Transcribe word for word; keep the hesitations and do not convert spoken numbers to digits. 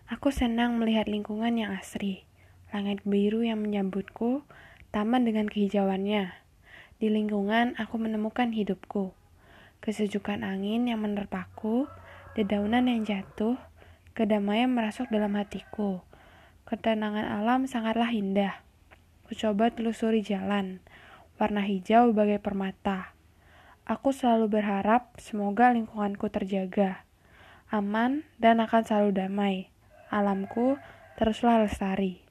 Aku senang melihat lingkungan yang asri, langit biru yang menyambutku, taman dengan kehijauannya. Di lingkungan aku menemukan hidupku, kesejukan angin yang menerpaku, dedaunan yang jatuh, kedamaian merasuk dalam hatiku. Ketenangan alam sangatlah indah. Ku coba telusuri jalan, warna hijau bagai permata. Aku selalu berharap semoga lingkunganku terjaga, aman dan akan selalu damai. Alamku teruslah lestari.